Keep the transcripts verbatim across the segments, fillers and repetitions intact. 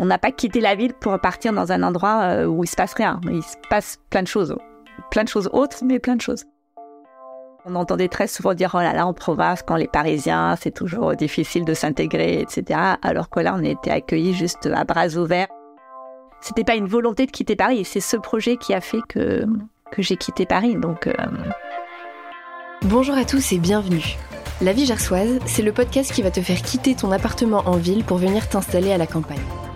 On n'a pas quitté la ville pour partir dans un endroit où il se passe rien. Il se passe plein de choses. Plein de choses autres, mais plein de choses. On entendait très souvent dire « Oh là là, en province, quand les Parisiens, c'est toujours difficile de s'intégrer, et cetera » Alors que là, on a été accueillis juste à bras ouverts. C'était pas une volonté de quitter Paris, c'est ce projet qui a fait que, que j'ai quitté Paris. Donc, euh... Bonjour à tous et bienvenue. La vie gersoise, c'est le podcast qui va te faire quitter ton appartement en ville pour venir t'installer à la campagne.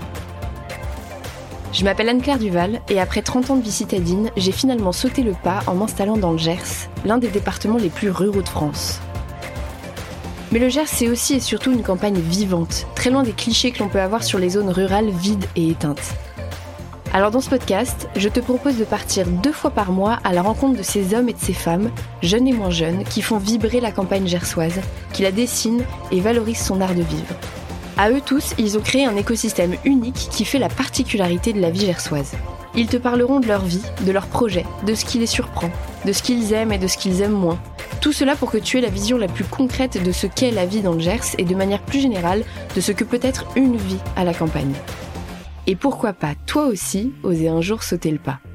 Je m'appelle Anne-Claire Duval et après trente ans de vie citadine, j'ai finalement sauté le pas en m'installant dans le Gers, l'un des départements les plus ruraux de France. Mais le Gers, c'est aussi et surtout une campagne vivante, très loin des clichés que l'on peut avoir sur les zones rurales vides et éteintes. Alors dans ce podcast, je te propose de partir deux fois par mois à la rencontre de ces hommes et de ces femmes, jeunes et moins jeunes, qui font vibrer la campagne gersoise, qui la dessinent et valorisent son art de vivre. À eux tous, ils ont créé un écosystème unique qui fait la particularité de la vie gersoise. Ils te parleront de leur vie, de leurs projets, de ce qui les surprend, de ce qu'ils aiment et de ce qu'ils aiment moins. Tout cela pour que tu aies la vision la plus concrète de ce qu'est la vie dans le Gers et de manière plus générale de ce que peut être une vie à la campagne. Et pourquoi pas, toi aussi, oser un jour sauter le pas.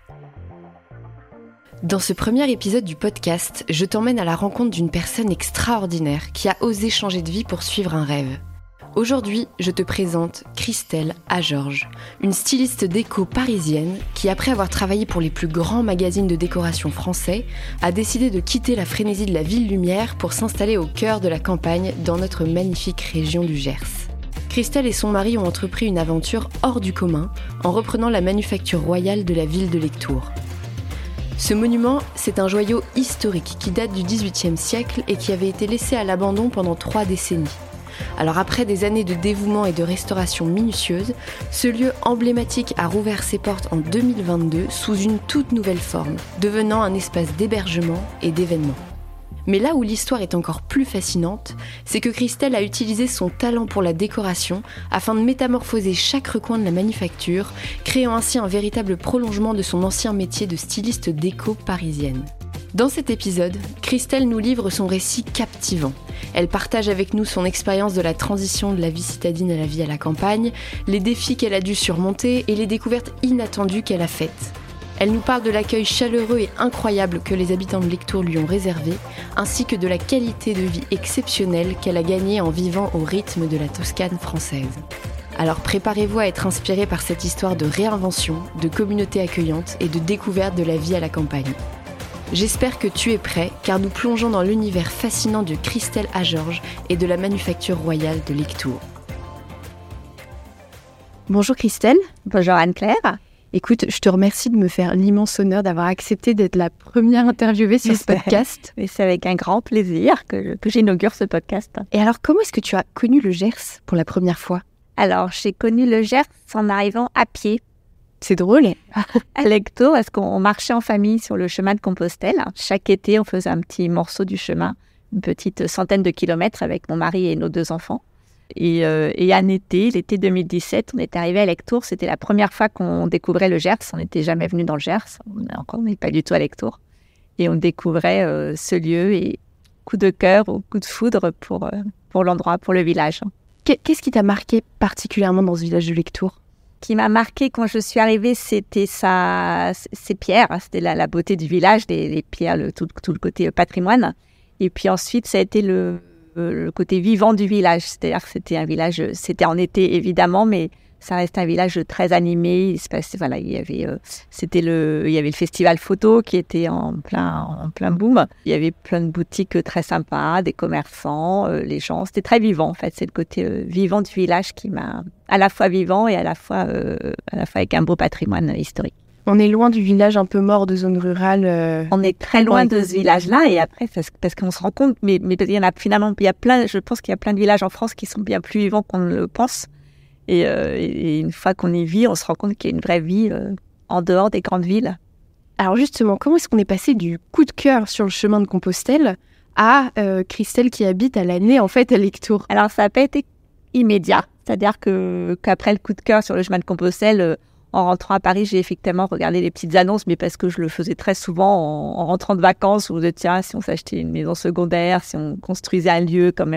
Dans ce premier épisode du podcast, je t'emmène à la rencontre d'une personne extraordinaire qui a osé changer de vie pour suivre un rêve. Aujourd'hui, je te présente Christelle Ageorges, une styliste déco parisienne qui, après avoir travaillé pour les plus grands magazines de décoration français, a décidé de quitter la frénésie de la ville lumière pour s'installer au cœur de la campagne dans notre magnifique région du Gers. Christelle et son mari ont entrepris une aventure hors du commun en reprenant la manufacture royale de la ville de Lectoure. Ce monument, c'est un joyau historique qui date du dix-huitième siècle et qui avait été laissé à l'abandon pendant trois décennies. Alors après des années de dévouement et de restauration minutieuse, ce lieu emblématique a rouvert ses portes en deux mille vingt-deux sous une toute nouvelle forme, devenant un espace d'hébergement et d'événements. Mais là où l'histoire est encore plus fascinante, c'est que Christelle a utilisé son talent pour la décoration afin de métamorphoser chaque recoin de la manufacture, créant ainsi un véritable prolongement de son ancien métier de styliste déco parisienne. Dans cet épisode, Christelle nous livre son récit captivant. Elle partage avec nous son expérience de la transition de la vie citadine à la vie à la campagne, les défis qu'elle a dû surmonter et les découvertes inattendues qu'elle a faites. Elle nous parle de l'accueil chaleureux et incroyable que les habitants de Lectoure lui ont réservé, ainsi que de la qualité de vie exceptionnelle qu'elle a gagnée en vivant au rythme de la Toscane française. Alors préparez-vous à être inspirés par cette histoire de réinvention, de communauté accueillante et de découverte de la vie à la campagne. J'espère que tu es prêt, car nous plongeons dans l'univers fascinant de Christelle Ageorges et de la manufacture royale de Lectoure. Bonjour Christelle. Bonjour Anne-Claire. Écoute, je te remercie de me faire l'immense honneur d'avoir accepté d'être la première interviewée sur ce podcast. Et c'est avec un grand plaisir que, que j'inaugure ce podcast. Et alors, comment est-ce que tu as connu le Gers pour la première fois ? Alors, j'ai connu le Gers en arrivant à pied. C'est drôle. À Lectoure, parce qu'on marchait en famille sur le chemin de Compostelle. Chaque été, on faisait un petit morceau du chemin, une petite centaine de kilomètres avec mon mari et nos deux enfants. Et, euh, et un été, l'été deux mille dix-sept, on est arrivé à Lectoure. C'était la première fois qu'on découvrait le Gers. On n'était jamais venu dans le Gers. On n'est pas du tout à Lectoure. Et on découvrait euh, ce lieu et coup de cœur ou coup de foudre pour, euh, pour l'endroit, pour le village. Qu'est-ce qui t'a marqué particulièrement dans ce village de Lectoure ? Ce qui m'a marqué quand je suis arrivée, c'était sa, ses pierres. C'était la, la beauté du village, les, les pierres, le, tout, tout le côté patrimoine. Et puis ensuite, ça a été le, le côté vivant du village. C'est-à-dire que c'était un village, c'était en été évidemment, mais ça reste un village très animé. Il se passait, voilà, il y avait, euh, c'était le, il y avait le festival photo qui était en plein, en plein boom. Il y avait plein de boutiques très sympas, des commerçants, euh, les gens. C'était très vivant en fait. C'est le côté euh, vivant du village qui m'a à la fois vivant et à la fois, euh, à la fois avec un beau patrimoine historique. On est loin du village un peu mort de zone rurale. Euh... On est très loin de ce village-là et après, parce, parce qu'on se rend compte, mais, mais il y en a finalement, il y a plein, je pense qu'il y a plein de villages en France qui sont bien plus vivants qu'on ne le pense. Et, euh, et une fois qu'on y vit, on se rend compte qu'il y a une vraie vie euh, en dehors des grandes villes. Alors justement, comment est-ce qu'on est passé du coup de cœur sur le chemin de Compostelle à euh, Christelle qui habite à l'année en fait à Lectoure ? Alors ça n'a pas été immédiat, c'est-à-dire que qu'après le coup de cœur sur le chemin de Compostelle, euh, en rentrant à Paris, j'ai effectivement regardé les petites annonces, mais parce que je le faisais très souvent en, en rentrant de vacances, où je disais tiens, si on s'achetait une maison secondaire, si on construisait un lieu quand même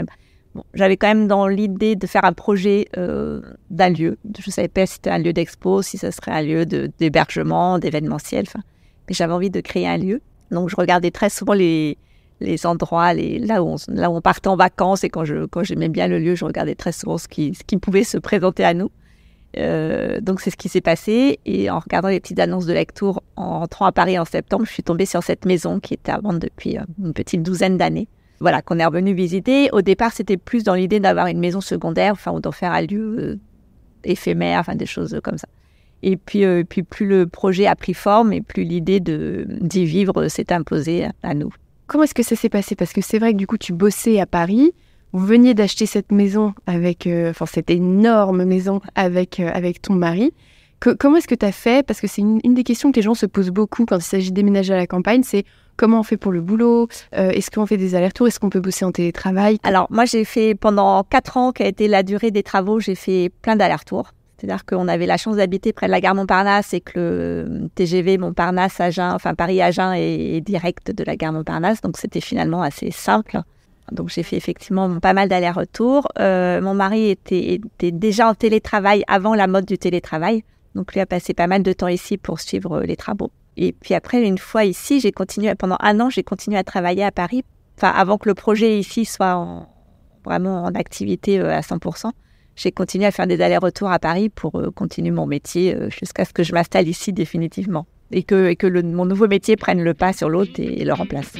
Bon, j'avais quand même dans l'idée de faire un projet euh, d'un lieu. Je ne savais pas si c'était un lieu d'expo, si ce serait un lieu de, d'hébergement, d'événementiel. Mais j'avais envie de créer un lieu. Donc, je regardais très souvent les, les endroits, les, là, où on, là où on partait en vacances. Et quand, je, quand j'aimais bien le lieu, je regardais très souvent ce qui, ce qui pouvait se présenter à nous. Euh, donc, c'est ce qui s'est passé. Et en regardant les petites annonces de Lectour, en rentrant à Paris en septembre, je suis tombée sur cette maison qui était à vendre depuis une petite douzaine d'années. Voilà, qu'on est revenu visiter. Au départ, c'était plus dans l'idée d'avoir une maison secondaire, enfin, ou d'en faire un lieu euh, éphémère, enfin, des choses comme ça. Et puis, euh, puis, plus le projet a pris forme et plus l'idée de, d'y vivre s'est imposée à, à nous. Comment est-ce que ça s'est passé ? Parce que c'est vrai que du coup, tu bossais à Paris. Vous veniez d'acheter cette maison avec, euh, enfin, cette énorme maison avec, euh, avec ton mari. Que, comment est-ce que tu as fait ? Parce que c'est une, une des questions que les gens se posent beaucoup quand il s'agit de déménager à la campagne, c'est comment on fait pour le boulot ? euh, Est-ce qu'on fait des allers-retours ? Est-ce qu'on peut bosser en télétravail ? Alors, moi, j'ai fait pendant quatre ans, qui a été la durée des travaux, j'ai fait plein d'allers-retours. C'est-à-dire qu'on avait la chance d'habiter près de la gare Montparnasse et que le T G V Montparnasse-Agen, enfin Paris-Agen est, est direct de la gare Montparnasse. Donc, c'était finalement assez simple. Donc, j'ai fait effectivement pas mal d'allers-retours. Euh, mon mari était, était déjà en télétravail avant la mode du télétravail. Donc, lui a passé pas mal de temps ici pour suivre les travaux. Et puis après, une fois ici, j'ai continué, pendant un an, j'ai continué à travailler à Paris. Enfin, avant que le projet ici soit en, vraiment en activité à cent pour cent, j'ai continué à faire des allers-retours à Paris pour euh, continuer mon métier euh, jusqu'à ce que je m'installe ici définitivement. Et que, et que le, mon nouveau métier prenne le pas sur l'autre et, et le remplace.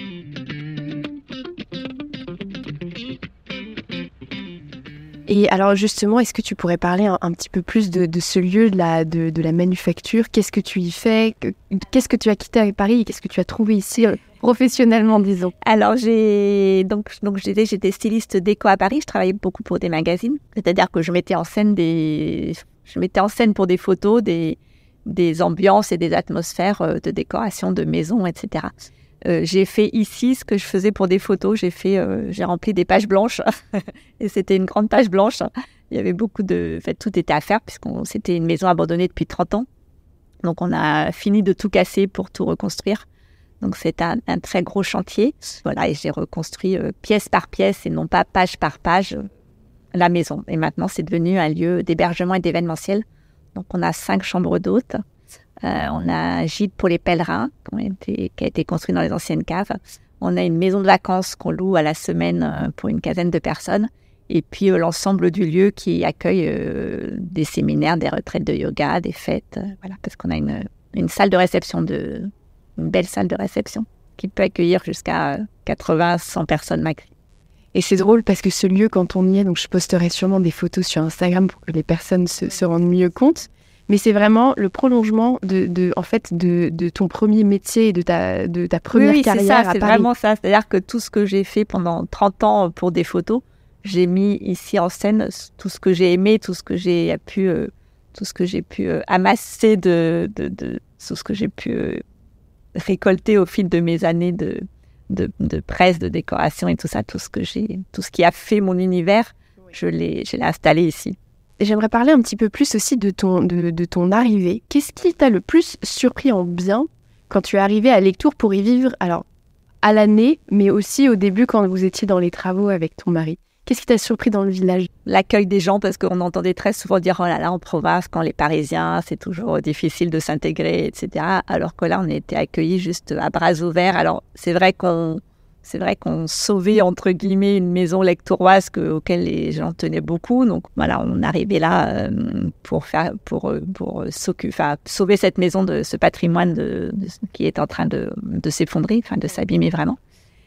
Et alors justement, est-ce que tu pourrais parler un, un petit peu plus de, de ce lieu, de la, de, de la manufacture ? Qu'est-ce que tu y fais ? Qu'est-ce que tu as quitté à Paris ? Qu'est-ce que tu as trouvé ici, professionnellement, disons ? Alors, j'ai... Donc, donc j'étais, j'étais styliste déco à Paris. Je travaillais beaucoup pour des magazines. C'est-à-dire que je mettais en scène, des... je mettais en scène pour des photos des, des ambiances et des atmosphères de décoration de maisons, et cetera. Euh, j'ai fait ici ce que je faisais pour des photos. J'ai fait, euh, j'ai rempli des pages blanches et c'était une grande page blanche. Il y avait beaucoup de, en fait, tout était à faire puisque c'était une maison abandonnée depuis trente ans. Donc, on a fini de tout casser pour tout reconstruire. Donc, c'est un, un très gros chantier. Voilà, et j'ai reconstruit euh, pièce par pièce et non pas page par page euh, la maison. Et maintenant, c'est devenu un lieu d'hébergement et d'événementiel. Donc, on a cinq chambres d'hôtes. Euh, on a un gîte pour les pèlerins qui, ont été, qui a été construit dans les anciennes caves. On a une maison de vacances qu'on loue à la semaine euh, pour une quinzaine de personnes. Et puis euh, l'ensemble du lieu qui accueille euh, des séminaires, des retraites de yoga, des fêtes. Euh, voilà, parce qu'on a une, une salle de réception, de, une belle salle de réception qui peut accueillir jusqu'à quatre-vingts à cent personnes max. Et c'est drôle parce que ce lieu, quand on y est, donc je posterai sûrement des photos sur Instagram pour que les personnes se, se rendent mieux compte. Mais c'est vraiment le prolongement de, de, en fait, de, de ton premier métier et de ta, de ta première oui, oui, carrière c'est ça, à c'est Paris. Vraiment ça. C'est-à-dire que tout ce que j'ai fait pendant trente ans pour des photos, j'ai mis ici en scène tout ce que j'ai aimé, tout ce que j'ai pu, euh, tout ce que j'ai pu euh, amasser, de, de, de, tout ce que j'ai pu euh, récolter au fil de mes années de, de, de presse, de décoration et tout ça, tout ce que j'ai, tout ce qui a fait mon univers, je l'ai, je l'ai installé ici. J'aimerais parler un petit peu plus aussi de ton, de, de ton arrivée. Qu'est-ce qui t'a le plus surpris en bien quand tu es arrivé à Lectour pour y vivre, alors à l'année, mais aussi au début quand vous étiez dans les travaux avec ton mari ? Qu'est-ce qui t'a surpris dans le village ? L'accueil des gens, parce qu'on entendait très souvent dire « Oh là là, en province, quand les Parisiens, c'est toujours difficile de s'intégrer, et cetera » Alors que là, on était accueillis juste à bras ouverts. Alors, c'est vrai qu'on... C'est vrai qu'on sauvait, entre guillemets, une maison lectouroise que, auquel les gens tenaient beaucoup. Donc voilà, on arrivait là euh, pour, faire, pour, pour s'occuper, enfin, sauver cette maison de ce patrimoine de, de, qui est en train de, de s'effondrer, enfin, de s'abîmer vraiment.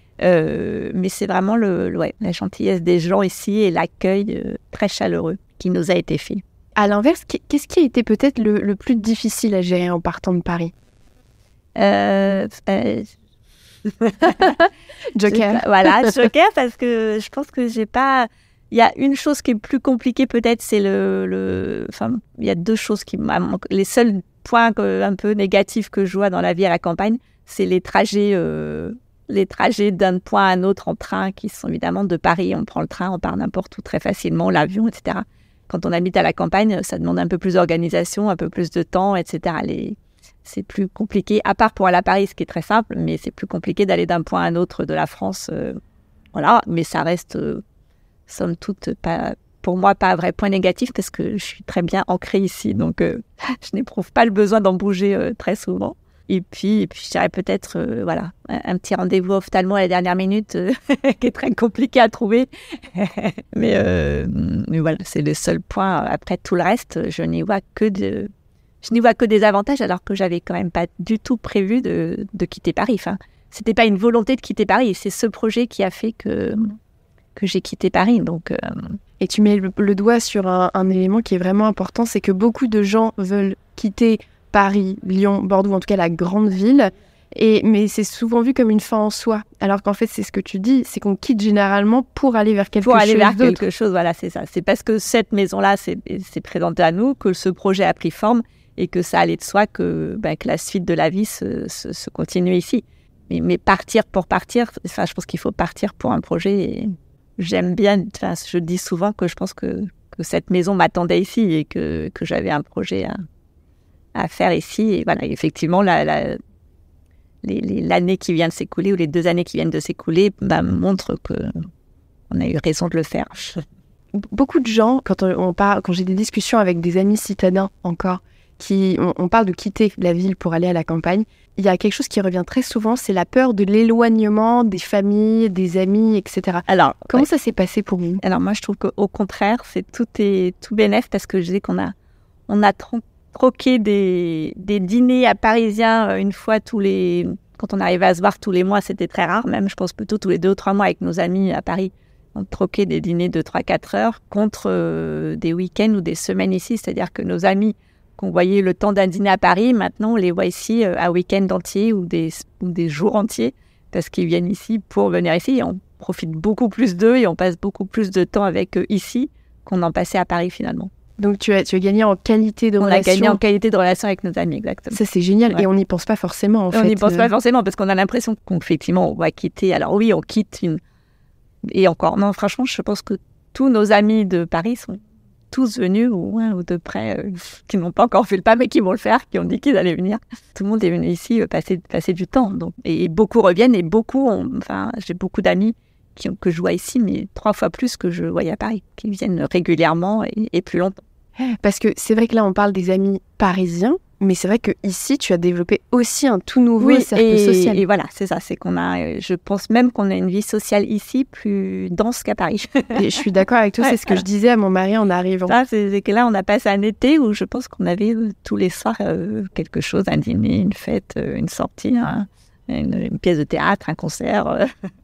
Euh, mais c'est vraiment le, le, ouais, la gentillesse des gens ici et l'accueil euh, très chaleureux qui nous a été fait. À l'inverse, qu'est-ce qui a été peut-être le, le plus difficile à gérer en partant de Paris ? euh, euh, Joker. Pas, voilà, Joker, parce que je pense que j'ai pas... Il y a une chose qui est plus compliquée peut-être, c'est le... le... Enfin, il y a deux choses qui... Les seuls points que, un peu négatifs que je vois dans la vie à la campagne, c'est les trajets, euh, les trajets d'un point à un autre en train, qui sont évidemment de Paris. On prend le train, on part n'importe où très facilement, l'avion, et cetera. Quand on habite à la campagne, ça demande un peu plus d'organisation, un peu plus de temps, et cetera. Les... C'est plus compliqué, à part pour aller à Paris, ce qui est très simple, mais c'est plus compliqué d'aller d'un point à un autre de la France. Euh, voilà, mais ça reste, euh, somme toute, pas, pour moi, pas un vrai point négatif parce que je suis très bien ancrée ici. Donc, euh, je n'éprouve pas le besoin d'en bouger euh, très souvent. Et puis, et puis, je dirais peut-être, euh, voilà, un, un petit rendez-vous ophtalmo à la dernière minute euh, qui est très compliqué à trouver. mais, euh, mais voilà, c'est le seul point. Après, tout le reste, je n'y vois que de, je n'y vois que des avantages, alors que j'avais quand même pas du tout prévu de, de quitter Paris. Enfin, c'était pas une volonté de quitter Paris. C'est ce projet qui a fait que, que j'ai quitté Paris. Donc, euh... Et tu mets le, le doigt sur un, un élément qui est vraiment important, c'est que beaucoup de gens veulent quitter Paris, Lyon, Bordeaux, en tout cas la grande ville, et, mais c'est souvent vu comme une fin en soi. Alors qu'en fait, c'est ce que tu dis, c'est qu'on quitte généralement pour aller vers quelque pour chose aller vers d'autre. quelque chose, voilà, c'est ça. C'est parce que cette maison-là s'est, s'est présentée à nous que ce projet a pris forme et que ça allait de soi que, ben, que la suite de la vie se, se, se continue ici. Mais, mais partir pour partir, enfin, je pense qu'il faut partir pour un projet. Et j'aime bien, enfin, je dis souvent que je pense que, que cette maison m'attendait ici et que, que j'avais un projet à... à faire ici. Et voilà, effectivement, la, la, les, les, l'année qui vient de s'écouler ou les deux années qui viennent de s'écouler bah, montrent qu'on a eu raison de le faire. Beaucoup de gens, quand, on, on parle, quand j'ai des discussions avec des amis citadins encore, qui, on, on parle de quitter la ville pour aller à la campagne, il y a quelque chose qui revient très souvent, c'est la peur de l'éloignement des familles, des amis, et cetera. Alors, comment ouais. ça s'est passé pour vous ? Alors moi, je trouve qu'au contraire, c'est tout, est, tout bénef parce que je dis qu'on a, on a trop troquer des, des dîners à Parisiens une fois tous les... Quand on arrivait à se voir tous les mois, c'était très rare. Même, je pense, plutôt tous les deux ou trois mois avec nos amis à Paris. On troquait des dîners de trois à quatre heures contre euh, des week-ends ou des semaines ici. C'est-à-dire que nos amis qu'on voyait le temps d'un dîner à Paris, maintenant, on les voit ici euh, à week-end entier ou des, ou des jours entiers parce qu'ils viennent ici pour venir ici. Et on profite beaucoup plus d'eux et on passe beaucoup plus de temps avec eux ici qu'on en passait à Paris, finalement. Donc, tu as, tu as gagné en qualité de on relation. On a gagné en qualité de relation avec nos amis, exactement. Ça, c'est génial. Ouais. Et on n'y pense pas forcément, en on fait. On n'y pense euh... pas forcément parce qu'on a l'impression qu'effectivement, on va quitter. Alors oui, on quitte une... Et encore, non, franchement, je pense que tous nos amis de Paris sont tous venus, ou, hein, ou de près, euh, qui n'ont pas encore fait le pas, mais qui vont le faire, qui ont dit qu'ils allaient venir. Tout le monde est venu ici euh, passer, passer du temps. Donc. Et, et beaucoup reviennent et beaucoup, ont... enfin, j'ai beaucoup d'amis qui ont, que je vois ici, mais trois fois plus que je voyais à Paris, qui viennent régulièrement et, et plus longtemps. Parce que c'est vrai que là, on parle des amis parisiens, mais c'est vrai qu'ici, tu as développé aussi un tout nouveau oui, cercle et, social. Et voilà, c'est ça. C'est qu'on a, je pense même qu'on a une vie sociale ici plus dense qu'à Paris. Et je suis d'accord avec toi, ouais, c'est ce que voilà. je disais à mon mari en arrivant. Ça, c'est, c'est que là, on a passé un été où je pense qu'on avait euh, tous les soirs euh, quelque chose, un dîner, une fête, euh, une sortie, hein, une, une pièce de théâtre, un concert. Euh.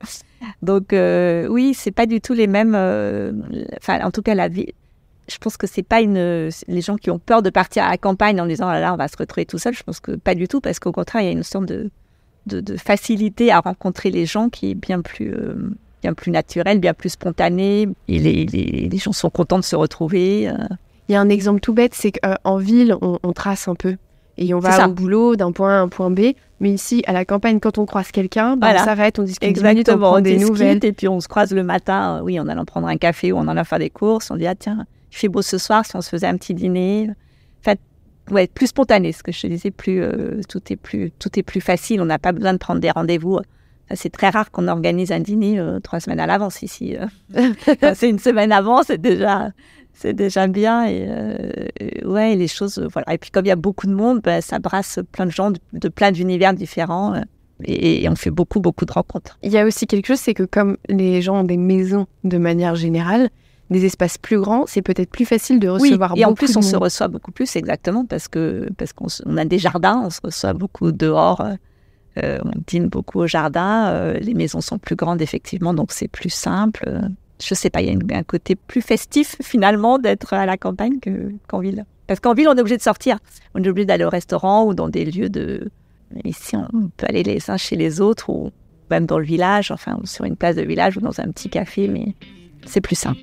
Donc, euh, oui, c'est pas du tout les mêmes... Enfin, euh, en tout cas, la vie... Je pense que c'est pas une... Les gens qui ont peur de partir à la campagne en disant « là, on va se retrouver tout seul », je pense que pas du tout, parce qu'au contraire, il y a une sorte de, de, de facilité à rencontrer les gens qui est bien plus, euh, bien plus naturelle, bien plus spontanée. Et les, les, les gens sont contents de se retrouver. Euh. Il y a un exemple tout bête, c'est qu'en ville, on, on trace un peu. Et on va au boulot d'un point A à un point B. Mais ici, à la campagne, quand on croise quelqu'un, ben voilà. on s'arrête, on discute dix minutes, on prend on des nouvelles. Et puis on se croise le matin, euh, oui, en allant prendre un café ou en allant faire des courses. On dit « ah tiens, il fait beau ce soir, si on se faisait un petit dîner ». En fait, ouais, plus spontané, ce que je te disais, plus, euh, tout, est plus, tout est plus facile. On n'a pas besoin de prendre des rendez-vous. Ça, c'est très rare qu'on organise un dîner euh, trois semaines à l'avance ici. Euh. C'est une semaine avant, c'est déjà... C'est déjà bien et euh, ouais, les choses, euh, voilà. Et puis comme il y a beaucoup de monde, bah, ça brasse plein de gens de, de plein d'univers différents euh, et, et on fait beaucoup, beaucoup de rencontres. Il y a aussi quelque chose, c'est que comme les gens ont des maisons de manière générale, des espaces plus grands, c'est peut-être plus facile de recevoir oui, et beaucoup en plus, de on monde. se reçoit beaucoup plus, exactement, parce, que, parce qu'on on a des jardins, on se reçoit beaucoup dehors, euh, on dîne beaucoup au jardin, euh, les maisons sont plus grandes, effectivement, donc c'est plus simple. Euh. Je sais pas, il y a une, un côté plus festif finalement d'être à la campagne que, qu'en ville. Parce qu'en ville, on est obligé de sortir. On est obligé d'aller au restaurant ou dans des lieux de... Ici, on peut aller les uns chez les autres ou même dans le village, enfin, ou sur une place de village ou dans un petit café, mais c'est plus simple.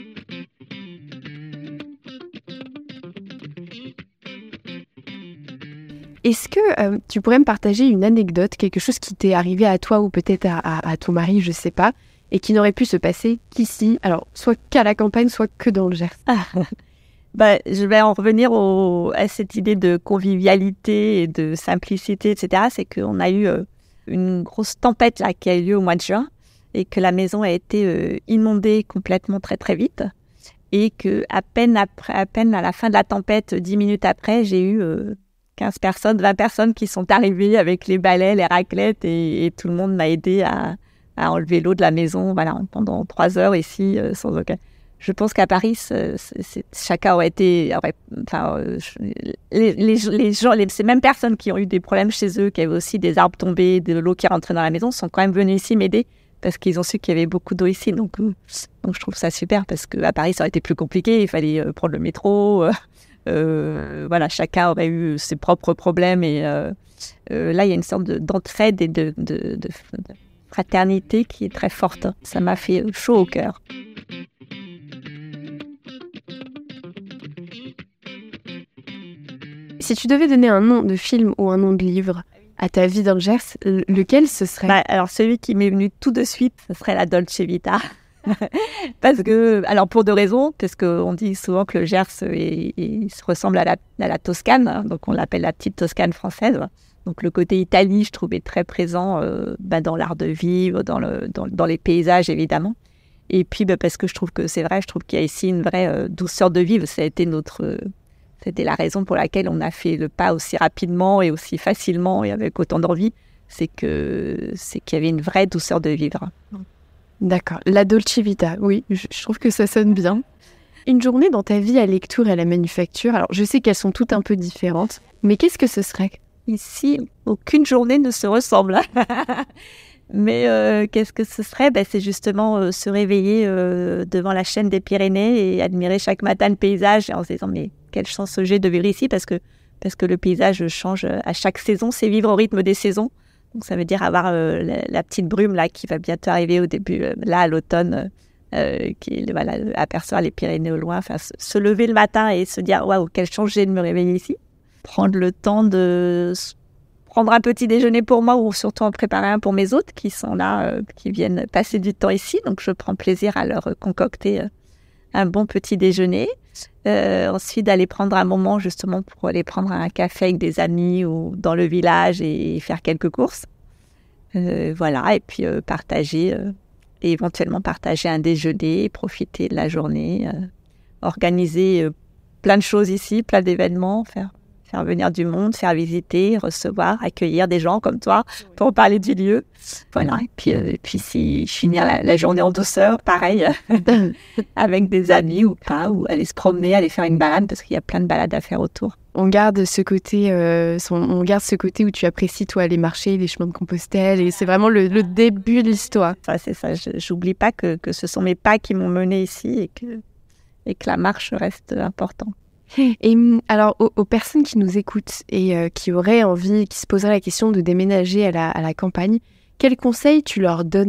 Est-ce que euh, tu pourrais me partager une anecdote, quelque chose qui t'est arrivé à toi ou peut-être à, à, à ton mari, je sais pas, et qui n'aurait pu se passer qu'ici, alors soit qu'à la campagne, soit que dans le Gers. Ah, bah, je vais en revenir au, à cette idée de convivialité et de simplicité, et cetera. C'est qu'on a eu euh, une grosse tempête là, qui a eu lieu au mois de juin et que la maison a été euh, inondée complètement très très vite. Et que à peine, après, à peine à la fin de la tempête, dix minutes après, j'ai eu euh, quinze personnes, vingt personnes qui sont arrivées avec les balais, les raclettes et, et tout le monde m'a aidé à, à enlever l'eau de la maison voilà, pendant trois heures ici. Euh, sans aucun... Je pense qu'à Paris, c'est, c'est, chacun aurait été... Aurait, enfin, euh, les, les, les gens, les, ces mêmes personnes qui ont eu des problèmes chez eux, qui avaient aussi des arbres tombés, de l'eau qui rentrait dans la maison, sont quand même venus ici m'aider. Parce qu'ils ont su qu'il y avait beaucoup d'eau ici. Donc, euh, donc je trouve ça super parce qu'à Paris, ça aurait été plus compliqué. Il fallait euh, prendre le métro. Euh, euh, voilà, chacun aurait eu ses propres problèmes. Et euh, euh, là, il y a une sorte de, d'entraide et de, de, de, de fraternité qui est très forte. Ça m'a fait chaud au cœur. Si tu devais donner un nom de film ou un nom de livre à ta vie dans le Gers, lequel ce serait ? Bah, alors, celui qui m'est venu tout de suite, ce serait la Dolce Vita. Parce que, alors pour deux raisons, parce qu'on dit souvent que le Gers est, est, se ressemble à la, à la Toscane, donc on l'appelle la petite Toscane française. Donc le côté Italie, je trouvais très présent euh, bah, dans l'art de vivre, dans, le, dans, dans les paysages évidemment. Et puis bah, parce que je trouve que c'est vrai, je trouve qu'il y a ici une vraie euh, douceur de vivre. Ça a été notre... Euh, C'était la raison pour laquelle on a fait le pas aussi rapidement et aussi facilement et avec autant d'envie. C'est, que, c'est qu'il y avait une vraie douceur de vivre. D'accord. La Dolce Vita, oui, je, je trouve que ça sonne bien. Une journée dans ta vie à Lectoure et à la Manufacture, alors je sais qu'elles sont toutes un peu différentes, mais qu'est-ce que ce serait ? Ici, aucune journée ne se ressemble. Mais euh, qu'est-ce que ce serait ? Ben, c'est justement euh, se réveiller euh, devant la chaîne des Pyrénées et admirer chaque matin le paysage en se disant mais quelle chance j'ai de vivre ici parce que, parce que le paysage change à chaque saison, c'est vivre au rythme des saisons. Donc ça veut dire avoir euh, la, la petite brume là qui va bientôt arriver au début, euh, là à l'automne, euh, qui voilà, apercevoir les Pyrénées au loin, enfin se, se lever le matin et se dire waouh quelle chance j'ai de me réveiller ici. Prendre le temps de prendre un petit déjeuner pour moi ou surtout en préparer un pour mes hôtes qui sont là, euh, qui viennent passer du temps ici. Donc je prends plaisir à leur concocter euh, un bon petit déjeuner. Euh, ensuite d'aller prendre un moment justement pour aller prendre un café avec des amis ou dans le village et faire quelques courses. Euh, voilà, et puis euh, partager, euh, et éventuellement partager un déjeuner, profiter de la journée, euh, organiser euh, plein de choses ici, plein d'événements, faire, faire venir du monde, faire visiter, recevoir, accueillir des gens comme toi pour parler du lieu. Voilà, et puis, euh, et puis si finir la, la journée en douceur, pareil, avec des amis ou pas, ou aller se promener, aller faire une balade, parce qu'il y a plein de balades à faire autour. On garde ce côté, euh, son, on garde ce côté où tu apprécies, toi, les marchés, les chemins de Compostelle, et c'est vraiment le, le début de l'histoire. Ça, c'est ça, je, j'oublie pas que, que ce sont mes pas qui m'ont menée ici et que, et que la marche reste importante. Et alors, aux, aux personnes qui nous écoutent et euh, qui auraient envie, qui se poseraient la question de déménager à la, à la campagne, quels conseils tu leur donnerais ?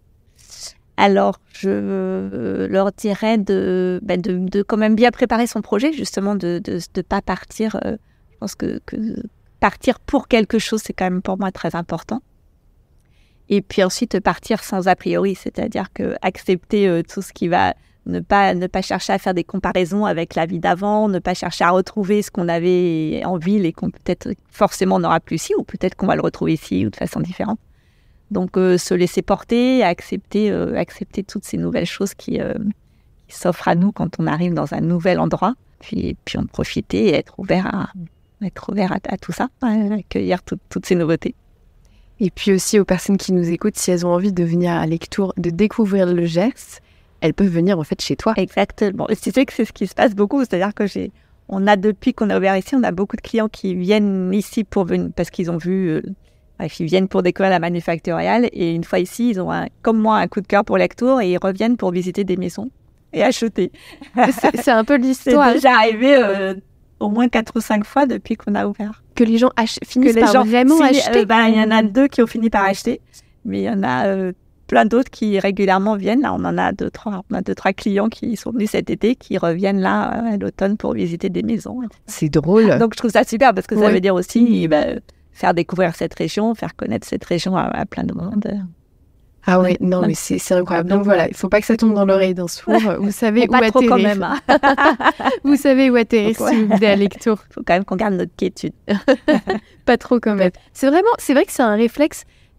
Alors, je leur dirais de, ben de, de quand même bien préparer son projet, justement, de ne de, de pas partir. Euh, je pense que, que partir pour quelque chose, c'est quand même pour moi très important. Et puis ensuite, partir sans a priori, c'est-à-dire que accepter euh, tout ce qui va... Ne pas, ne pas chercher à faire des comparaisons avec la vie d'avant, ne pas chercher à retrouver ce qu'on avait en ville et qu'on peut-être forcément n'aura plus ici, ou peut-être qu'on va le retrouver ici ou de façon différente. Donc, euh, se laisser porter, accepter, euh, accepter toutes ces nouvelles choses qui, euh, qui s'offrent à nous quand on arrive dans un nouvel endroit, puis, puis en profiter et être ouvert à, être ouvert à, à tout ça, à accueillir tout, toutes ces nouveautés. Et puis aussi aux personnes qui nous écoutent, si elles ont envie de venir à Lectoure, de découvrir le Gers, elles peuvent venir en fait chez toi. Exactement. Et tu sais que c'est ce qui se passe beaucoup, c'est-à-dire que j'ai, on a depuis qu'on a ouvert ici, on a beaucoup de clients qui viennent ici pour venir parce qu'ils ont vu, euh, bref, ils viennent pour découvrir la manufacturiale et une fois ici, ils ont un, comme moi un coup de cœur pour Lectoure et ils reviennent pour visiter des maisons et acheter. C'est, c'est un peu l'histoire. C'est déjà arrivé euh, au moins quatre ou cinq fois depuis qu'on a ouvert. Que les gens ach- finissent que les par gens vraiment fini, acheter. Euh, bah, il y en a deux qui ont fini par acheter, mais il y en a euh, plein d'autres qui régulièrement viennent. Là, on en a deux, trois, on a deux, trois clients qui sont venus cet été, qui reviennent là à l'automne pour visiter des maisons. C'est drôle. Donc, je trouve ça super parce que ça ouais. veut dire aussi bah, faire découvrir cette région, faire connaître cette région à, à plein de monde. Ah ouais, non, mais c'est, c'est incroyable. Donc voilà, il ne faut pas que ça tombe dans l'oreille d'un sourd. Vous savez où pas atterrir. Trop quand même, hein. Vous savez où atterrir Donc, ouais. si vous venez à Lectoure. Il faut quand même qu'on garde notre quiétude. Pas trop quand même. C'est vraiment, c'est vrai que c'est un réflexe.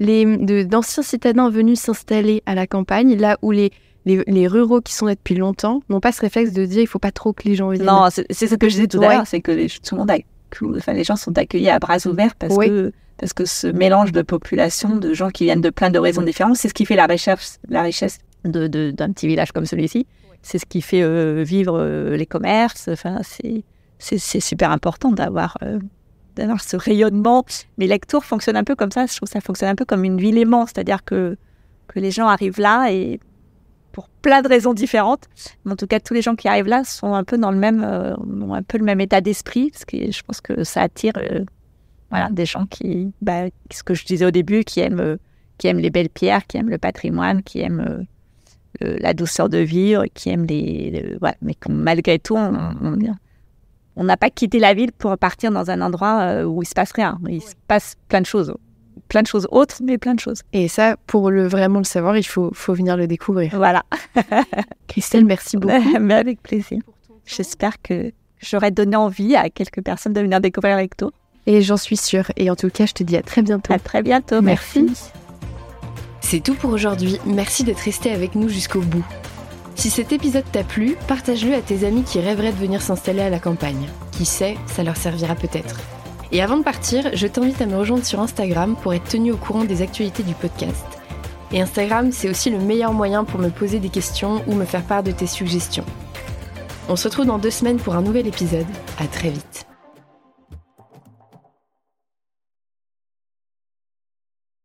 les, de, d'anciens citadins venus s'installer à la campagne, là où les, les, les ruraux qui sont là depuis longtemps n'ont pas ce réflexe de dire il ne faut pas trop que les gens viennent. Non, c'est, c'est ce que je disais tout à ouais. l'heure, c'est que les, tout le monde a, enfin, les gens sont accueillis à bras ouverts parce, ouais. que, parce que ce mélange de population, de gens qui viennent de plein d'horizons différents, c'est ce qui fait la richesse, la richesse de, de, d'un petit village comme celui-ci. Ouais. C'est ce qui fait euh, vivre euh, les commerces. Enfin, c'est, c'est, c'est super important d'avoir... Euh, d'avoir ce rayonnement. Mais Lectoure fonctionne un peu comme ça. Je trouve que ça fonctionne un peu comme une ville aimante. C'est-à-dire que, que les gens arrivent là et pour plein de raisons différentes. Mais en tout cas, tous les gens qui arrivent là sont un peu dans le même, euh, ont un peu le même état d'esprit. Parce que je pense que ça attire euh, voilà, des gens qui, bah, ce que je disais au début, qui aiment, euh, qui aiment les belles pierres, qui aiment le patrimoine, qui aiment euh, le, la douceur de vivre, qui aiment les... les voilà, mais malgré tout, on, on, on On n'a pas quitté la ville pour partir dans un endroit où il ne se passe rien. Il se passe plein de choses. Plein de choses autres, mais plein de choses. Et ça, pour le, vraiment le savoir, il faut, faut venir le découvrir. Voilà. Christelle, merci beaucoup. Mais avec plaisir. J'espère que j'aurai donné envie à quelques personnes de venir découvrir Lectoure. Et j'en suis sûre. Et en tout cas, je te dis à très bientôt. À très bientôt. Merci. Merci. C'est tout pour aujourd'hui. Merci d'être resté avec nous jusqu'au bout. Si cet épisode t'a plu, partage-le à tes amis qui rêveraient de venir s'installer à la campagne. Qui sait, ça leur servira peut-être. Et avant de partir, je t'invite à me rejoindre sur Instagram pour être tenu au courant des actualités du podcast. Et Instagram, c'est aussi le meilleur moyen pour me poser des questions ou me faire part de tes suggestions. On se retrouve dans deux semaines pour un nouvel épisode. À très vite.